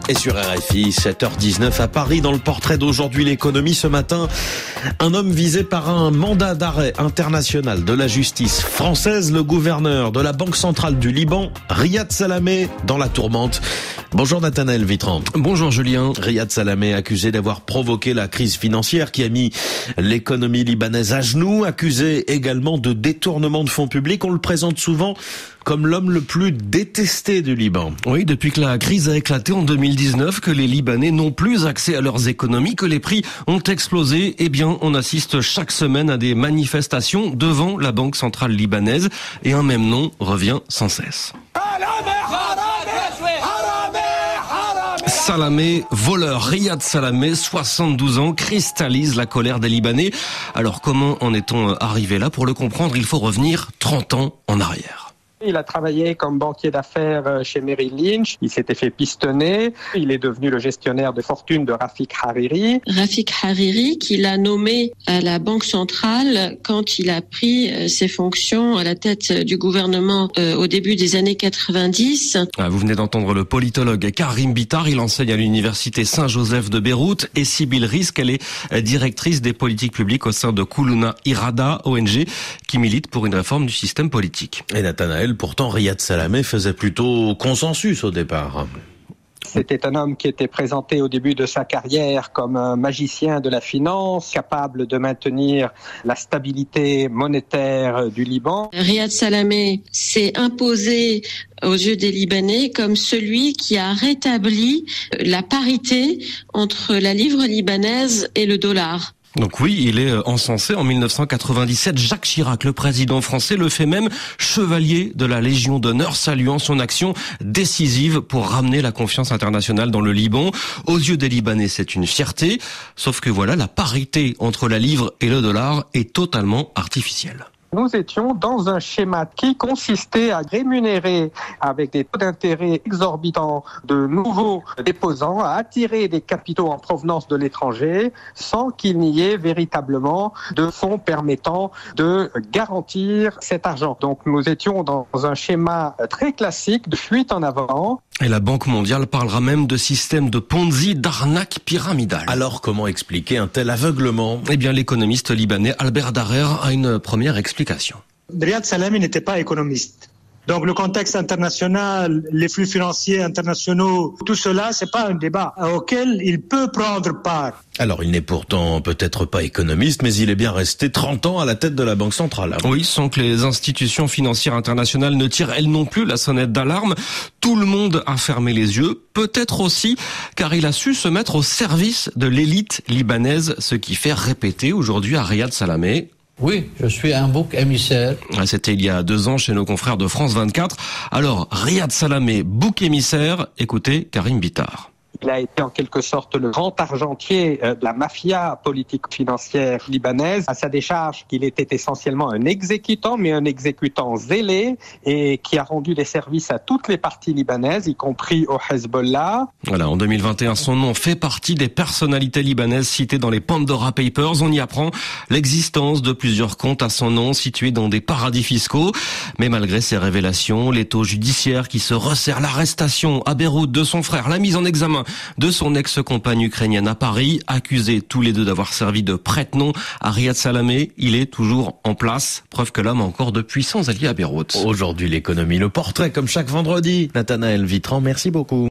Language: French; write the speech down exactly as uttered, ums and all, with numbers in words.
Et sur R F I, sept heures dix-neuf à Paris, dans le portrait d'aujourd'hui l'économie, ce matin, un homme visé par un mandat d'arrêt international de la justice française, le gouverneur de la Banque centrale du Liban, Riyad Salamé, dans la tourmente. Bonjour Nathanaël Vitran. Bonjour Julien. Riyad Salamé accusé d'avoir provoqué la crise financière qui a mis l'économie libanaise à genoux, accusé également de détournement de fonds publics. On le présente souvent comme l'homme le plus détesté du Liban. Oui, depuis que la crise a éclaté en deux mille dix-neuf, que les Libanais n'ont plus accès à leurs économies, que les prix ont explosé, eh bien, on assiste chaque semaine à des manifestations devant la Banque centrale libanaise et un même nom revient sans cesse. Salamé, voleur, Riyad Salamé, soixante-douze ans, cristallise la colère des Libanais. Alors comment en est-on arrivé là? Pour le comprendre, il faut revenir trente ans en arrière. Il a travaillé comme banquier d'affaires chez Merrill Lynch. Il s'était fait pistonner. Il est devenu le gestionnaire de fortune de Rafik Hariri. Rafik Hariri, qu'il a nommé à la Banque centrale quand il a pris ses fonctions à la tête du gouvernement euh, au début des années quatre-vingt-dix. Ah, vous venez d'entendre le politologue Karim Bittar. Il enseigne à l'université Saint-Joseph de Beyrouth. Et Sybille Rizk, elle est directrice des politiques publiques au sein de Koulouna Irada, O N G, qui milite pour une réforme du système politique. Et Nathanaël, pourtant, Riyad Salamé faisait plutôt consensus au départ. C'était un homme qui était présenté au début de sa carrière comme un magicien de la finance, capable de maintenir la stabilité monétaire du Liban. Riyad Salamé s'est imposé aux yeux des Libanais comme celui qui a rétabli la parité entre la livre libanaise et le dollar. Donc oui, il est encensé en mille neuf cent quatre-vingt-dix-sept. Jacques Chirac, le président français, le fait même chevalier de la Légion d'honneur, saluant son action décisive pour ramener la confiance internationale dans le Liban. Aux yeux des Libanais, c'est une fierté. Sauf que voilà, la parité entre la livre et le dollar est totalement artificielle. Nous étions dans un schéma qui consistait à rémunérer avec des taux d'intérêt exorbitants de nouveaux déposants, à attirer des capitaux en provenance de l'étranger sans qu'il n'y ait véritablement de fonds permettant de garantir cet argent. Donc nous étions dans un schéma très classique de fuite en avant. Et la Banque mondiale parlera même de système de Ponzi, d'arnaque pyramidale. Alors comment expliquer un tel aveuglement? Eh bien l'économiste libanais Albert Darer a une première explication. Riyad Salamé n'était pas économiste. Donc le contexte international, les flux financiers internationaux, tout cela, c'est pas un débat auquel il peut prendre part. Alors il n'est pourtant peut-être pas économiste, mais il est bien resté trente ans à la tête de la Banque centrale. Oui, sans que les institutions financières internationales ne tirent elles non plus la sonnette d'alarme. Tout le monde a fermé les yeux, peut-être aussi car il a su se mettre au service de l'élite libanaise, ce qui fait répéter aujourd'hui à Riyad Salamé: oui, je suis un bouc émissaire. C'était il y a deux ans chez nos confrères de France vingt-quatre. Alors, Riyad Salamé, bouc émissaire, écoutez Karim Bittar. Il a été en quelque sorte le grand argentier de la mafia politique financière libanaise. À sa décharge, qu'il était essentiellement un exécutant, mais un exécutant zélé et qui a rendu des services à toutes les parties libanaises, y compris au Hezbollah. Voilà, en deux mille vingt et un, son nom fait partie des personnalités libanaises citées dans les Pandora Papers. On y apprend l'existence de plusieurs comptes à son nom situés dans des paradis fiscaux. Mais malgré ces révélations, l'étau judiciaire qui se resserre, l'arrestation à Beyrouth de son frère, la mise en examen de son ex-compagne ukrainienne à Paris, accusés tous les deux d'avoir servi de prête-nom à Riyad Salamé, il est toujours en place, preuve que l'homme a encore de puissants alliés à Beyrouth. Aujourd'hui l'économie, le portrait comme chaque vendredi. Nathanaël Vitran, merci beaucoup.